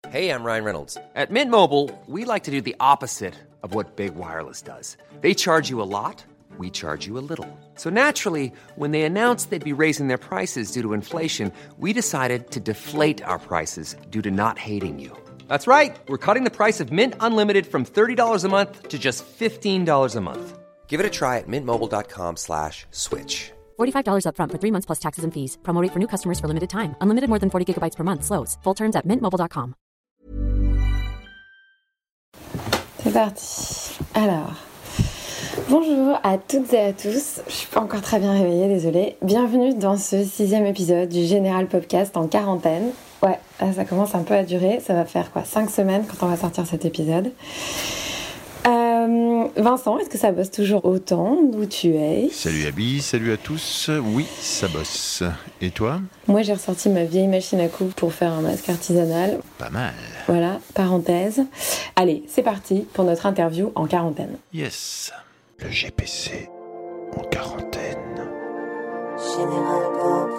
Hey, I'm Ryan Reynolds. At Mint Mobile, we like to do the opposite of what Big Wireless does. They charge you a lot, we charge you a little. So naturally, when they announced they'd be raising their prices due to inflation, we decided to deflate our prices due to not hating you. That's right. We're cutting the price of Mint Unlimited from $30 a month to just $15 a month. Give it a try at mintmobile.com/switch. $45 up front for 3 months plus taxes and fees. Promo rate for new customers for limited time. Unlimited more than 40 gigabytes per month. Slows full terms at mintmobile.com. C'est parti. Alors, bonjour à toutes et à tous. Je suis pas encore très bien réveillée, désolée. Bienvenue dans ce 6e épisode du Général Podcast en quarantaine. Ouais, là, ça commence un peu à durer. Ça va faire 5 semaines quand on va sortir cet épisode. Vincent, est-ce que ça bosse toujours autant d'où tu es ? Salut Abby, salut à tous. Oui, ça bosse. Et toi ? Moi, j'ai ressorti ma vieille machine à coudre pour faire un masque artisanal. Pas mal. Voilà, parenthèse. Allez, c'est parti pour notre interview en quarantaine. Yes. Le GPC en quarantaine. Général Pop.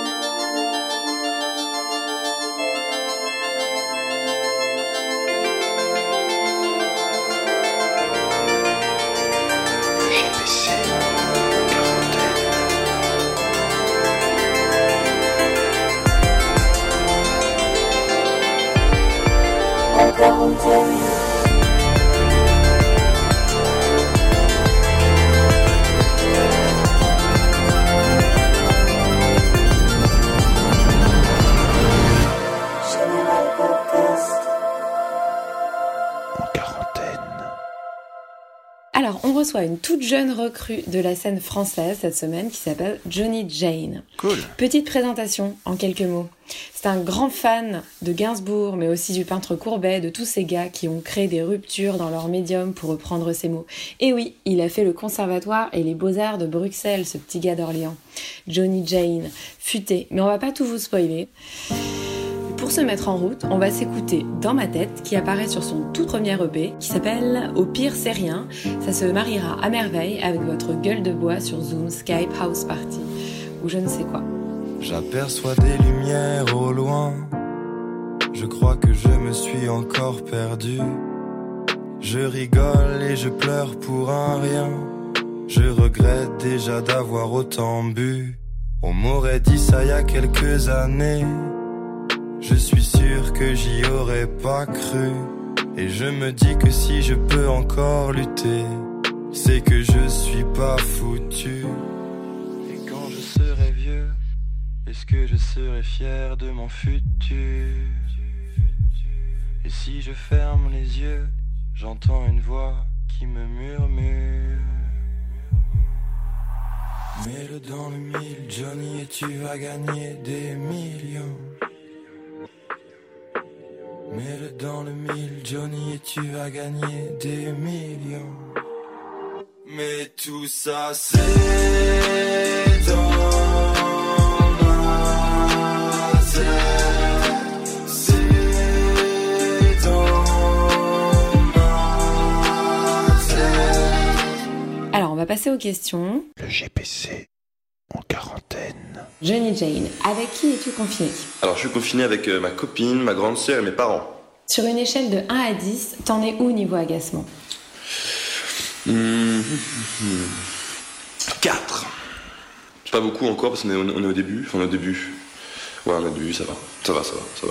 Alors, on reçoit une toute jeune recrue de la scène française cette semaine qui s'appelle Johnny Jane. Cool. Petite présentation en quelques mots. C'est un grand fan de Gainsbourg, mais aussi du peintre Courbet, de tous ces gars qui ont créé des ruptures dans leur médium, pour reprendre ses mots. Et oui, il a fait le conservatoire et les beaux-arts de Bruxelles, ce petit gars d'Orléans. Johnny Jane, futé, mais on va pas tout vous spoiler. Pour se mettre en route, on va s'écouter Dans ma tête, qui apparaît sur son tout premier EP, qui s'appelle Au pire c'est rien. Ça se mariera à merveille avec votre gueule de bois sur Zoom, Skype, House Party, ou je ne sais quoi. J'aperçois des lumières au loin. Je crois que je me suis encore perdu. Je rigole et je pleure pour un rien. Je regrette déjà d'avoir autant bu. On m'aurait dit ça il y a quelques années. Je suis sûr que j'y aurais pas cru. Et je me dis que si je peux encore lutter, c'est que je suis pas foutu. Et quand je serai vieux, est-ce que je serai fier de mon futur? Et si je ferme les yeux, j'entends une voix qui me murmure: mets-le dans le mille, Johnny, et tu vas gagner des millions. Mets-le dans le mille, Johnny, et tu vas gagner des millions. Mais tout ça, c'est dans ma tête. C'est dans ma tête. Alors, on va passer aux questions. Le GPC en quarantaine. Johnny Jane, avec qui es-tu confiné ? Alors, je suis confiné avec ma copine, ma grande sœur et mes parents. Sur une échelle de 1 à 10, t'en es où niveau agacement ? 4. C'est pas beaucoup encore parce qu'on est au début. Enfin, on est au début. Ouais, on est au début, ça va. Ça va.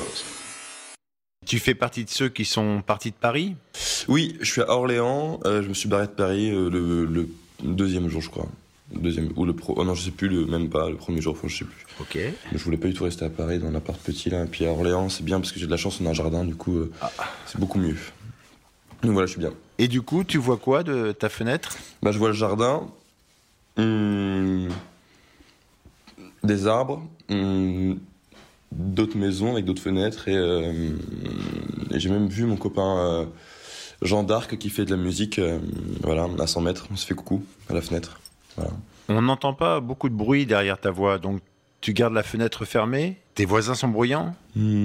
Tu fais partie de ceux qui sont partis de Paris ? Oui, je suis à Orléans. Je me suis barré de Paris le deuxième jour, je crois. Le deuxième, ou le oh non, je sais plus, même pas, le premier jour, je sais plus. Ok. Mais je voulais pas du tout rester à Paris dans l'appart petit là. Et puis à Orléans, c'est bien parce que j'ai de la chance, on a un jardin, du coup, c'est beaucoup mieux. Donc voilà, je suis bien. Et du coup, tu vois quoi de ta fenêtre ? Bah, je vois le jardin, des arbres, d'autres maisons avec d'autres fenêtres et j'ai même vu mon copain Jean d'Arc qui fait de la musique, voilà, à 100 mètres. On se fait coucou à la fenêtre. Voilà. On n'entend pas beaucoup de bruit derrière ta voix, donc tu gardes la fenêtre fermée ? Tes voisins sont bruyants ?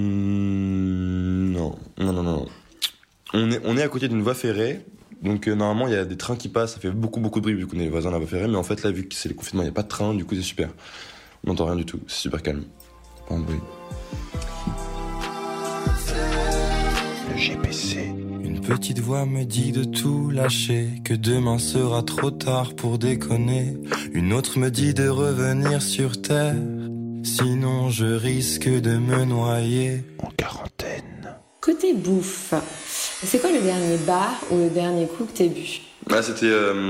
Non. On est à côté d'une voie ferrée, donc normalement il y a des trains qui passent, ça fait beaucoup de bruit vu qu'on est les voisins de la voie ferrée, mais en fait là, vu que c'est les confinements, il n'y a pas de train, du coup c'est super. On n'entend rien du tout, c'est super calme. Pas de bruit. GPC. Une petite voix me dit de tout lâcher, que demain sera trop tard pour déconner. Une autre me dit de revenir sur terre, sinon je risque de me noyer. En quarantaine. Côté bouffe, c'est quoi le dernier bar ou le dernier coup que t'as bu? C'était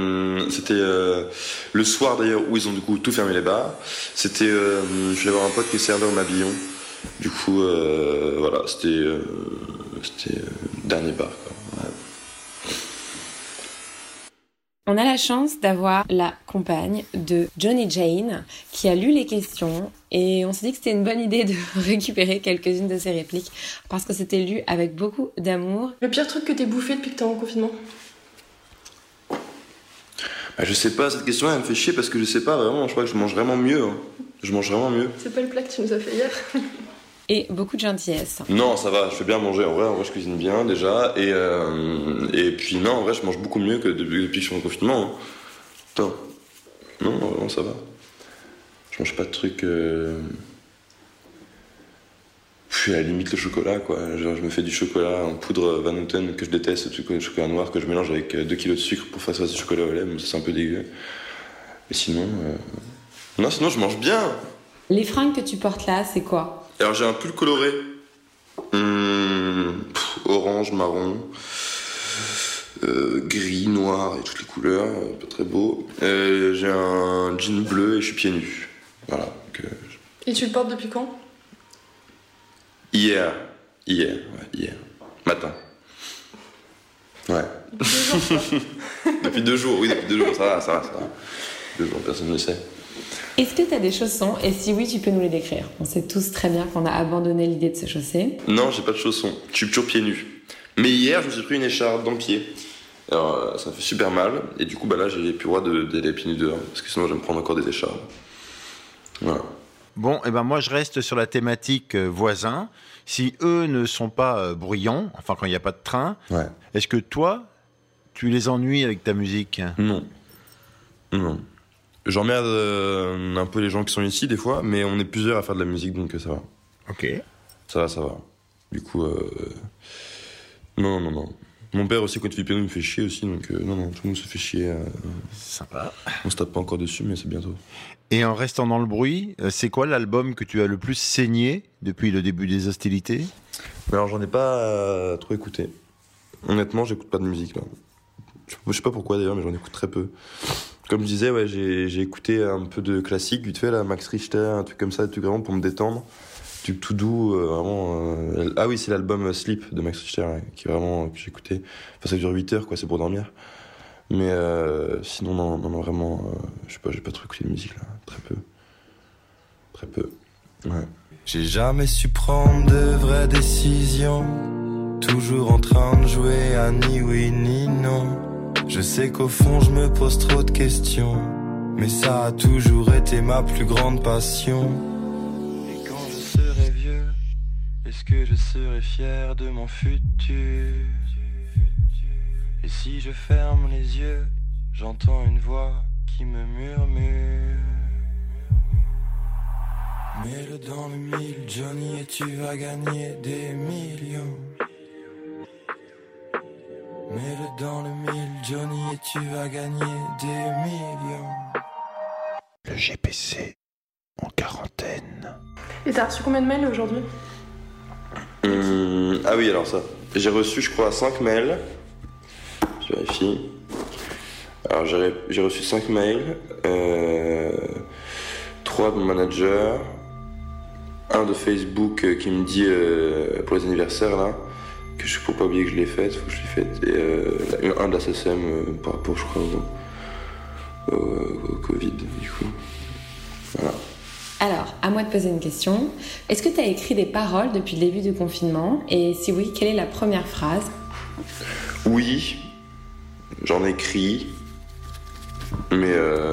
le soir d'ailleurs où ils ont du coup tout fermé les bars. Je suis allé voir un pote qui est serveur au Mabillon. Du coup, voilà, c'était le dernier bar, quoi. Ouais. On a la chance d'avoir la compagne de Johnny Jane qui a lu les questions et on s'est dit que c'était une bonne idée de récupérer quelques-unes de ses répliques parce que c'était lu avec beaucoup d'amour. Le pire truc que t'aies bouffé depuis que t'es en confinement? Je sais pas, cette question elle me fait chier parce que je sais pas vraiment, je crois que je mange vraiment mieux. Hein. Je mange vraiment mieux. C'est pas le plat que tu nous as fait hier? Et beaucoup de gentillesse. Non, ça va, je fais bien manger. En vrai, je cuisine bien déjà. Et puis non, en vrai, je mange beaucoup mieux que depuis que je suis en confinement. Hein. Putain. Non, vraiment, ça va. Je mange pas de trucs... Puis à la limite, le chocolat, quoi. Genre, je me fais du chocolat en poudre Van Houten que je déteste, le chocolat noir que je mélange avec 2 kilos de sucre pour faire ça du chocolat au lait, mais c'est un peu dégueu. Mais sinon... Non, sinon, je mange bien. Les fringues que tu portes là, c'est quoi? Alors j'ai un pull coloré, orange, marron, gris, noir et toutes les couleurs, pas très beau. J'ai un jean bleu et je suis pieds nus. Voilà. Et tu le portes depuis quand? Hier, matin. Ouais. Depuis 2 jours, oui, depuis 2 jours, ça va. 2 jours, personne ne le sait. Est-ce que tu as des chaussons? Et si oui, tu peux nous les décrire. On sait tous très bien qu'on a abandonné l'idée de se chausser. Non, j'ai pas de chaussons. Je suis toujours pieds nus. Mais hier, je me suis pris une écharpe dans le pied. Alors, ça me fait super mal. Et du coup, là, j'ai plus le droit d'aller pieds nus dehors. Parce que sinon, je vais me prendre encore des écharpes. Voilà. Bon, et ben moi, je reste sur la thématique voisin. Si eux ne sont pas bruyants, enfin, quand il n'y a pas de train, Ouais. Est-ce que toi, tu les ennuies avec ta musique? Non. J'emmerde un peu les gens qui sont ici des fois, mais on est plusieurs à faire de la musique, donc ça va. Ok. Ça va. Du coup, non. Mon père aussi, quand il fait piano, il me fait chier aussi, donc non, tout le monde se fait chier. Sympa. On se tape pas encore dessus, mais c'est bientôt. Et en restant dans le bruit, c'est quoi l'album que tu as le plus saigné depuis le début des hostilités? Mais alors, j'en ai pas trop écouté. Honnêtement, j'écoute pas de musique, là. Je sais pas pourquoi d'ailleurs, mais j'en écoute très peu. Comme je disais, ouais, j'ai écouté un peu de classique, vite fait, là, Max Richter, un truc comme ça, un truc vraiment pour me détendre. Un truc tout doux, vraiment. Ah oui, c'est l'album Sleep de Max Richter, ouais, qui est vraiment, que j'ai écouté. Enfin, ça dure 8 heures, quoi, c'est pour dormir. Mais sinon, non, vraiment, je sais pas, j'ai pas trop écouté de musique, là. Très peu. Ouais. J'ai jamais su prendre de vraies décisions, toujours en train de jouer à ni oui ni non. Je sais qu'au fond je me pose trop de questions, mais ça a toujours été ma plus grande passion. Et quand je serai vieux, est-ce que je serai fier de mon futur? Et si je ferme les yeux, j'entends une voix qui me murmure: mets-le dans le mille, Johnny, et tu vas gagner des millions. Mets-le dans le mille, Johnny, et tu vas gagner des millions. Le GPC en quarantaine. Et t'as reçu combien de mails aujourd'hui? Ah oui, alors ça. J'ai reçu, je crois, 5 mails. Je vérifie. Alors j'ai reçu 5 mails. 3 de mon manager. Un de Facebook qui me dit pour les anniversaires là, que je faut pas oublier que je l'ai faite, faut que je l'ai faite. Et un de la SSM par rapport, je crois, au Covid, du coup. Voilà. Alors, à moi de poser une question. Est-ce que tu as écrit des paroles depuis le début du confinement? Et si oui, quelle est la première phrase? Oui, j'en ai écrit, mais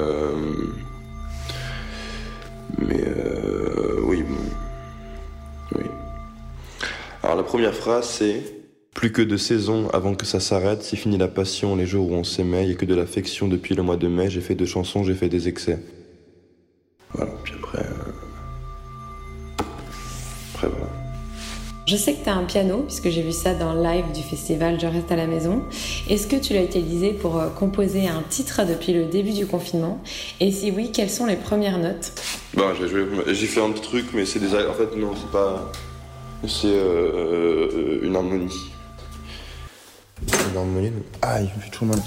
oui, bon. Oui. Alors la première phrase c'est: plus que de saisons avant que ça s'arrête, c'est fini la passion, les jours où on s'aimait, et que de l'affection depuis le mois de mai, j'ai fait 2 chansons, j'ai fait des excès. Voilà, puis après voilà. Je sais que tu as un piano, puisque j'ai vu ça dans le live du festival Je reste à la maison. Est-ce que tu l'as utilisé pour composer un titre depuis le début du confinement? Et si oui, quelles sont les premières notes? J'ai fait un petit truc, mais c'est des... En fait, non, c'est pas... C'est une harmonie. Une harmonie... Ah, il me fait toujours mal.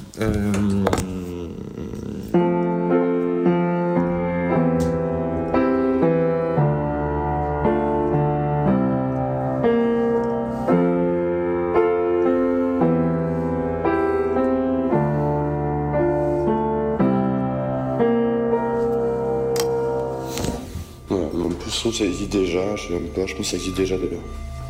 Voilà, en plus, ça existe déjà, je sais même pas, je pense que ça existe déjà d'ailleurs.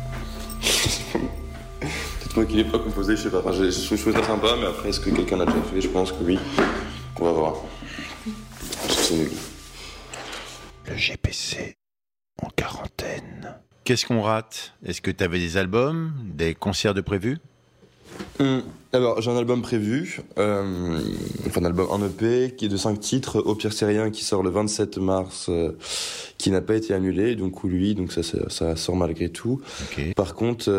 Peut-être moi qui l'ai pas composé, je sais pas. Enfin, je trouve ça sympa, mais après, est-ce que quelqu'un l'a déjà fait? Je pense que oui. On va voir. C'est nul. Le GPC en quarantaine. Qu'est-ce qu'on rate? Est-ce que tu avais des albums, des concerts de prévus? Alors, j'ai un album prévu, un EP qui est de 5 titres, Au pire c'est rien, qui sort le 27 mars, qui n'a pas été annulé, donc ça sort malgré tout. Okay. Par contre,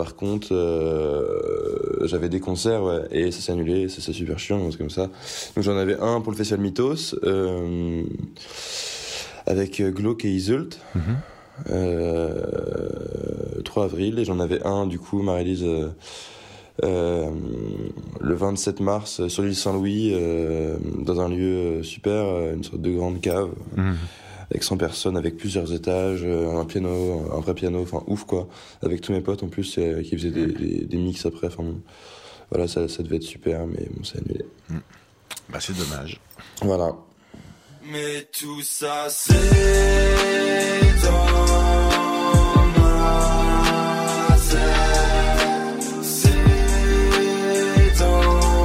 j'avais des concerts, ouais, et ça s'est annulé, c'est super chiant, c'est comme ça. Donc j'en avais un pour le Festival Mythos, avec Glauque et Isult, 3 avril, et j'en avais un, du coup, Marie-Lise... le 27 mars sur l'île Saint-Louis, dans un lieu super, une sorte de grande cave, avec 100 personnes, avec plusieurs étages, un piano, un vrai piano, enfin ouf quoi, avec tous mes potes en plus qui faisaient des mix après, enfin bon, voilà, ça devait être super, mais bon, c'est annulé. Bah c'est dommage. Voilà. Mais tout ça c'est dans ma tête, c'est dans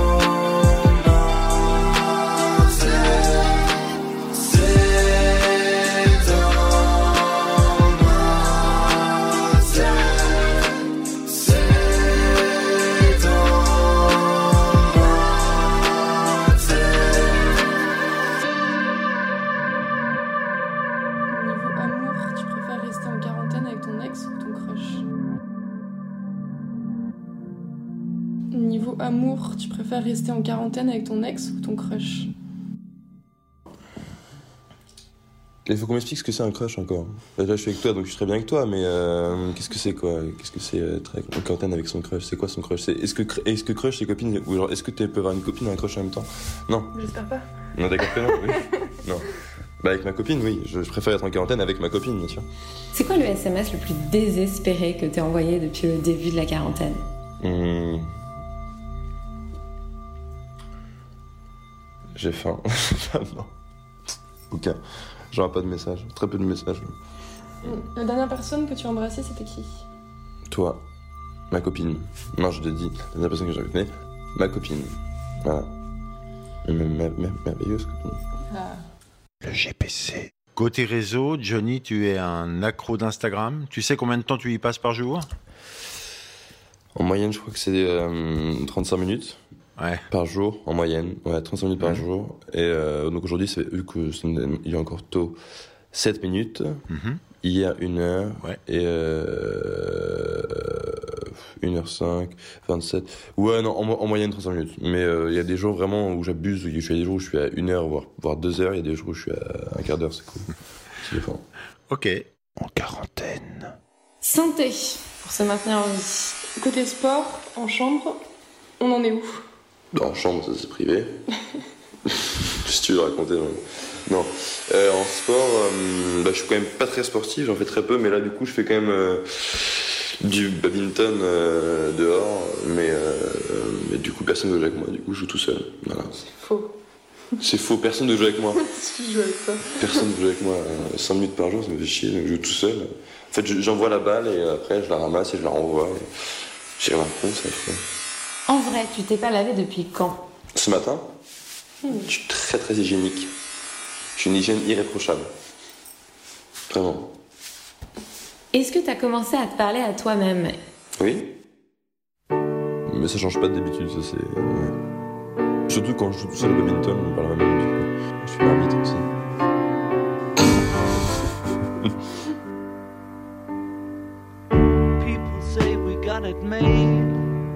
ma tête, c'est dans ma tête, c'est dans ma tête. Niveau amour, tu préfères rester en quarantaine avec ton ex ou ton crush? Niveau amour, tu préfères rester en quarantaine avec ton ex ou ton crush? Il faut qu'on m'explique ce que c'est un crush encore. Là, je suis avec toi, donc je suis très bien avec toi, mais qu'est-ce que c'est quoi? Qu'est-ce que c'est être en quarantaine avec son crush? C'est quoi son crush? Est-ce que crush c'est copine, ou genre est-ce que tu peux avoir une copine et un crush en même temps? Non. J'espère pas. Non, d'accord que non, oui. Non. Bah avec ma copine, oui. Je préfère être en quarantaine avec ma copine, bien sûr. C'est quoi le SMS le plus désespéré que t'aies envoyé depuis le début de la quarantaine? J'ai faim. Non. Aucun. J'aurai pas de message. Très peu de messages. La dernière personne que tu as embrassée, c'était qui? Toi. Ma copine. Non, je te dis. La dernière personne que j'ai rencontrée. Ma copine. Voilà. Merveilleuse copine. Ah. Le GPC. Côté réseau, Johnny, tu es un accro d'Instagram. Tu sais combien de temps tu y passes par jour? En moyenne, je crois que c'est 35 minutes. Ouais. Par jour, en moyenne. Ouais, 35 minutes par jour. Et donc aujourd'hui, vu qu'il est encore tôt, 7 minutes. Hier, 1 heure. Ouais. Et 1h05, 27. Ouais, non, en moyenne, 35 minutes. Mais il y a des jours vraiment où j'abuse. Il y a des jours où je suis à 1 heure, voire 2 heures. Il y a des jours où je suis à un quart d'heure, c'est cool. C'est différent. Ok. En quarantaine. Santé, pour se maintenir en vie. Côté sport, en chambre, on en est où? En chambre, ça c'est privé. Si tu veux le raconter, non. En sport, je suis quand même pas très sportif, j'en fais très peu, mais là du coup je fais quand même du badminton dehors, mais du coup personne ne joue avec moi, du coup je joue tout seul. Voilà. C'est faux. C'est faux, personne ne joue avec moi. Si je joue avec toi. Personne ne joue avec moi. 5 minutes par jour, ça me fait chier, je joue tout seul. En fait, j'envoie la balle et après je la ramasse et je la renvoie. J'ai un con, ça fait. En vrai, tu t'es pas lavé depuis quand? Ce matin, je suis très très hygiénique. J'ai une hygiène irréprochable. Vraiment. Est-ce que t'as commencé à te parler à toi-même? Oui. Mais ça change pas d'habitude, ça c'est... Surtout quand je joue tout seul au badminton, je me parle à moi-même du coup. Je suis arbitre aussi. afraid?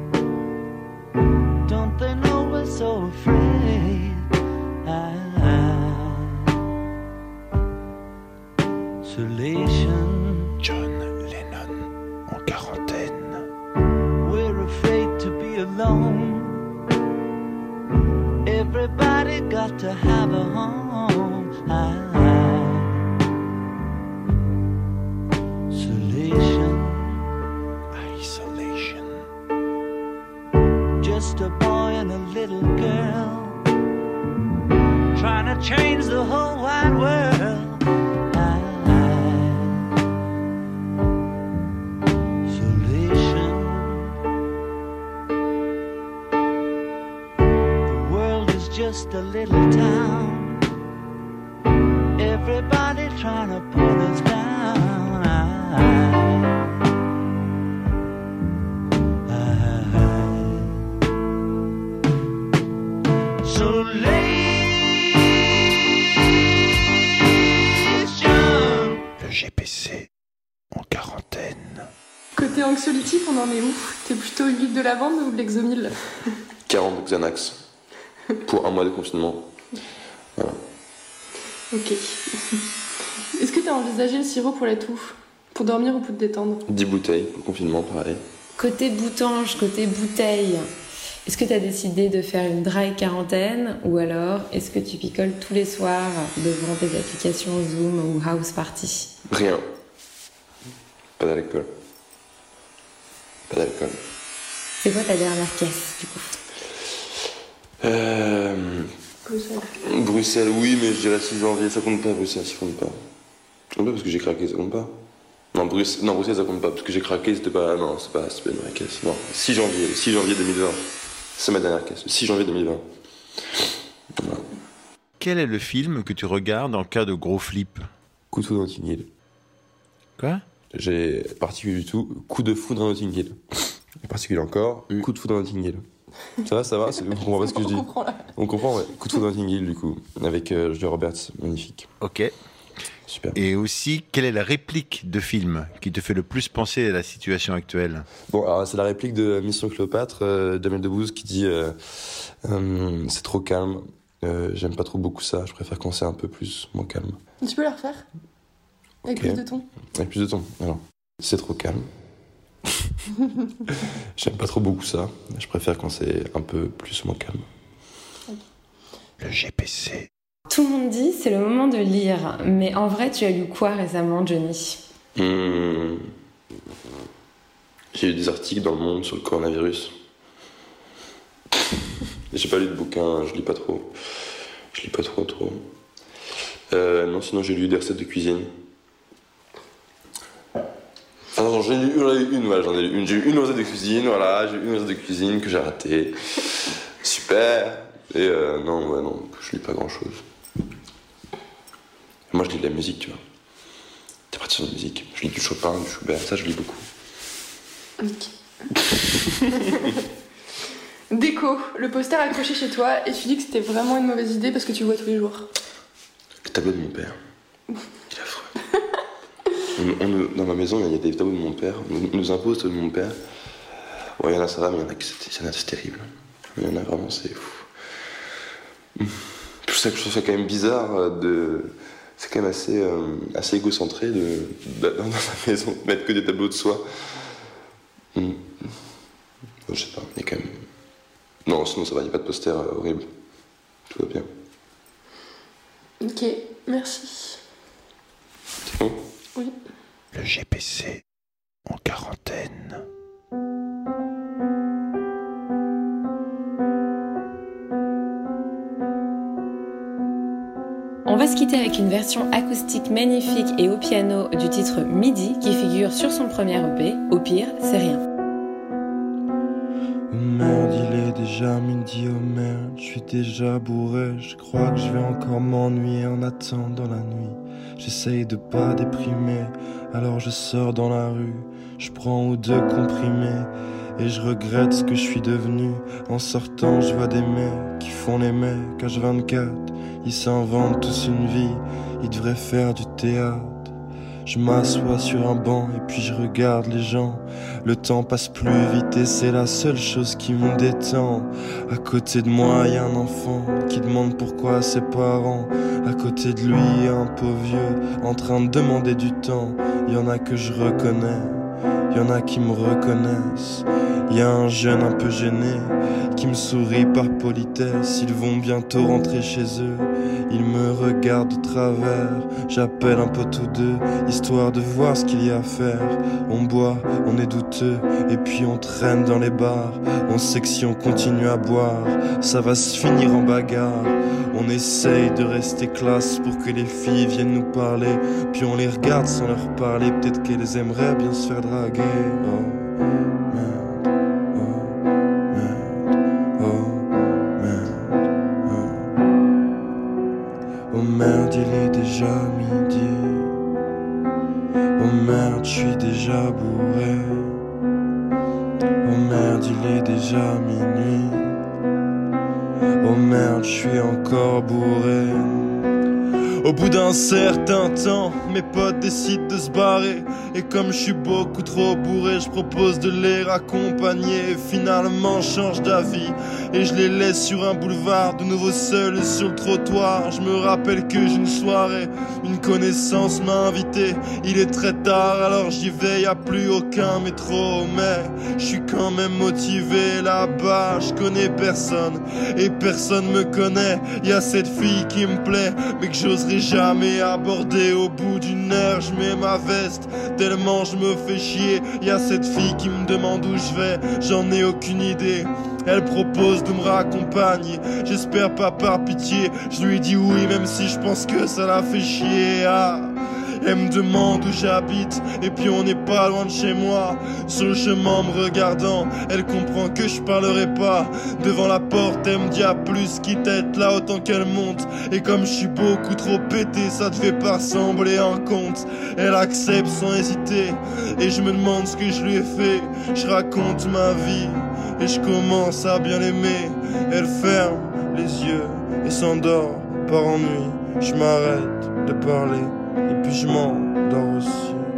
Don't they know we're so afraid? Isolation. John Lennon en quarantaine. We're afraid to be alone. Everybody got to have a home. Isolation. Just a boy and a little girl trying to change the whole wide world. Isolation. The world is just a little town. Everybody trying to pull us down. Le GPC en quarantaine. Côté anxiolytique, on en est où? T'es plutôt l'huile de lavande ou de l'Exomil? 40 Xanax pour un mois de confinement. Voilà. Ok. Est-ce que t'as envisagé le sirop pour la toux? Pour dormir ou pour te détendre? 10 bouteilles pour le confinement, pareil. Côté boutange, côté bouteille, est-ce que tu as décidé de faire une dry quarantaine ou alors est-ce que tu picoles tous les soirs devant tes applications Zoom ou House Party? Rien. Pas d'alcool. Pas d'alcool. C'est quoi ta dernière caisse du coup? Bruxelles, oui, mais je dirais 6 janvier, ça compte pas, Bruxelles, ça compte pas. Ça compte pas parce que j'ai craqué, ça compte pas. Non, Bruxelles, ça compte pas parce que j'ai craqué, c'était pas. Non, c'est pas une vraie caisse. Non, 6 janvier 2020. C'est ma dernière caisse, 6 janvier 2020. Voilà. Quel est le film que tu regardes en cas de gros flip? Coup de foudre à Notting Hill. Quoi? J'ai particulier du tout, coup de foudre à Notting Hill. Et particulier encore, coup de foudre à Notting Hill. Ça va, on comprend pas ce que je dis. On comprend, ouais. Coup de foudre à Notting Hill, du coup, avec Julia Roberts, magnifique. Ok. Super. Et aussi, quelle est la réplique de film qui te fait le plus penser à la situation actuelle? Bon, alors c'est la réplique de Mission Cléopâtre, d'Amel Debbouze, qui dit c'est trop calme, j'aime pas trop beaucoup ça, je préfère quand c'est un peu moins calme. Tu peux la refaire? Avec plus de ton? Avec plus de ton, alors. C'est trop calme. J'aime pas trop beaucoup ça, je préfère quand c'est un peu moins calme. Le GPC. Tout le monde dit c'est le moment de lire, mais en vrai tu as lu quoi récemment, Johnny? J'ai lu des articles dans Le Monde sur le coronavirus. J'ai pas lu de bouquins, je lis pas trop. Non, sinon j'ai lu des recettes de cuisine. Ah non, j'en ai lu une. J'ai eu une recette de cuisine, voilà, j'ai eu une recette de cuisine que j'ai ratée. Super. Et non, je lis pas grand chose. Moi je lis de la musique, tu vois. T'es parti sur la musique. Je lis du Chopin, du Schubert, ça je lis beaucoup. Ok. Déco, le poster accroché chez toi, et tu dis que c'était vraiment une mauvaise idée parce que tu le vois tous les jours. Le tableau de mon père. Il est affreux. Dans ma maison, il y a des tableaux de mon père. On nous impose tableaux de mon père. Bon, il y en a ça va, mais il y en a c'est terrible. Il y en a vraiment, c'est fou. Je trouve ça quand même bizarre c'est quand même assez égocentré dans sa maison de mettre que des tableaux de soi. Je sais pas, il y a quand même. Non, sinon ça va, il n'y a pas de poster horrible. Tout va bien. Ok, merci. C'est bon? Oui. Le GPC en quarantaine. On va se quitter avec une version acoustique magnifique et au piano du titre Midi qui figure sur son premier EP, Au pire, c'est rien. Oh merde, il est déjà midi, oh merde, je suis déjà bourré, je crois que je vais encore m'ennuyer en attendant la nuit. J'essaye de pas déprimer, alors je sors dans la rue, je prends ou deux comprimés, et je regrette ce que je suis devenu. En sortant, je vois des mecs qui font les mecs, H24, ils s'inventent tous une vie, ils devraient faire du théâtre. Je m'assois sur un banc et puis je regarde les gens. Le temps passe plus vite et c'est la seule chose qui me détend. À côté de moi y a un enfant qui demande pourquoi à ses parents. À côté de lui y a un pauvre vieux en train de demander du temps. Y en a que je reconnais, y en a qui me reconnaissent. Y a un jeune un peu gêné qui me sourit par politesse. Ils vont bientôt rentrer chez eux. Ils me regardent de travers. J'appelle un pote ou deux, histoire de voir ce qu'il y a à faire. On boit, on est douteux, et puis on traîne dans les bars. On sait que si on continue à boire, ça va se finir en bagarre. On essaye de rester classe pour que les filles viennent nous parler. Puis on les regarde sans leur parler. Peut-être qu'elles aimeraient bien se faire draguer. Oh. Oh merde, il est déjà midi. Oh merde, je suis déjà bourré. Oh merde, il est déjà minuit. Oh merde, je suis encore bourré. Au bout d'un certain temps, mes potes décident de se barrer. Et comme je suis beaucoup trop bourré, je propose de les raccompagner. Et finalement, je change d'avis et je les laisse sur un boulevard, de nouveau seuls sur le trottoir. Je me rappelle que j'ai une soirée, une connaissance m'a invité. Il est très tard, alors j'y vais, y a plus aucun métro. Mais je suis quand même motivé là-bas, je connais personne et personne me connaît. Y a cette fille qui me plaît, mais que j'oserais jamais aborder. Au bout d'une heure, je mets ma veste, tellement je me fais chier. Y a cette fille qui me demande où je vais, j'en ai aucune idée. Elle propose de me raccompagner, j'espère pas par pitié. Je lui dis oui, même si je pense que ça la fait chier. Ah. Elle me demande où j'habite, et puis on n'est pas loin de chez moi. Sur le chemin en me regardant, elle comprend que je parlerai pas. Devant la porte, elle me dit à plus, quitte à être là autant qu'elle monte. Et comme je suis beaucoup trop pété, ça devait pas ressembler à un conte. Elle accepte sans hésiter, et je me demande ce que je lui ai fait. Je raconte ma vie, et je commence à bien l'aimer. Elle ferme les yeux et s'endort par ennui. Je m'arrête de parler et puis je m'endors aussi.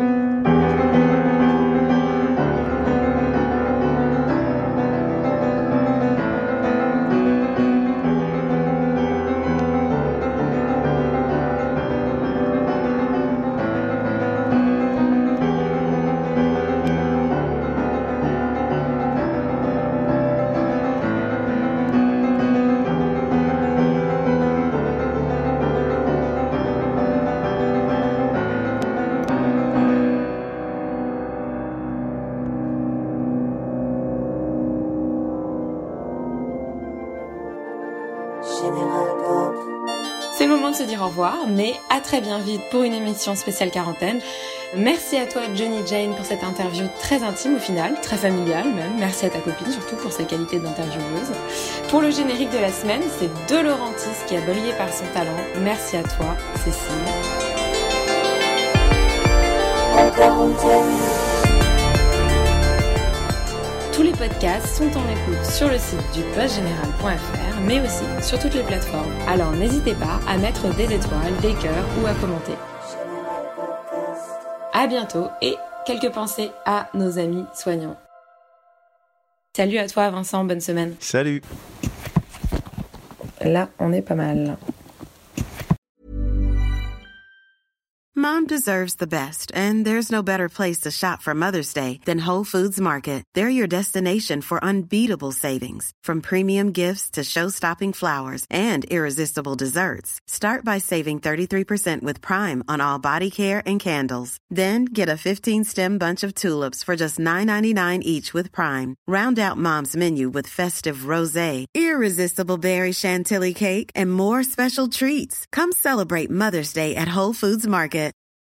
C'est le moment de se dire au revoir, mais à très bien vite pour une émission spéciale quarantaine. Merci à toi Johnny Jane pour cette interview très intime au final, très familiale même. Merci à ta copine surtout pour sa qualité d'intervieweuse. Pour le générique de la semaine, c'est De Laurentiis qui a brillé par son talent. Merci à toi Cécile. Tous les podcasts sont en écoute sur le site du postgénéral.fr, mais aussi sur toutes les plateformes. Alors n'hésitez pas à mettre des étoiles, des cœurs ou à commenter. À bientôt et quelques pensées à nos amis soignants. Salut à toi Vincent, bonne semaine. Salut. Là, on est pas mal. Mom deserves the best, and there's no better place to shop for Mother's Day than Whole Foods Market. They're your destination for unbeatable savings, from premium gifts to show-stopping flowers and irresistible desserts. Start by saving 33% with Prime on all body care and candles. Then get a 15-stem bunch of tulips for just $9.99 each with Prime. Round out Mom's menu with festive rosé, irresistible berry chantilly cake, and more special treats. Come celebrate Mother's Day at Whole Foods Market.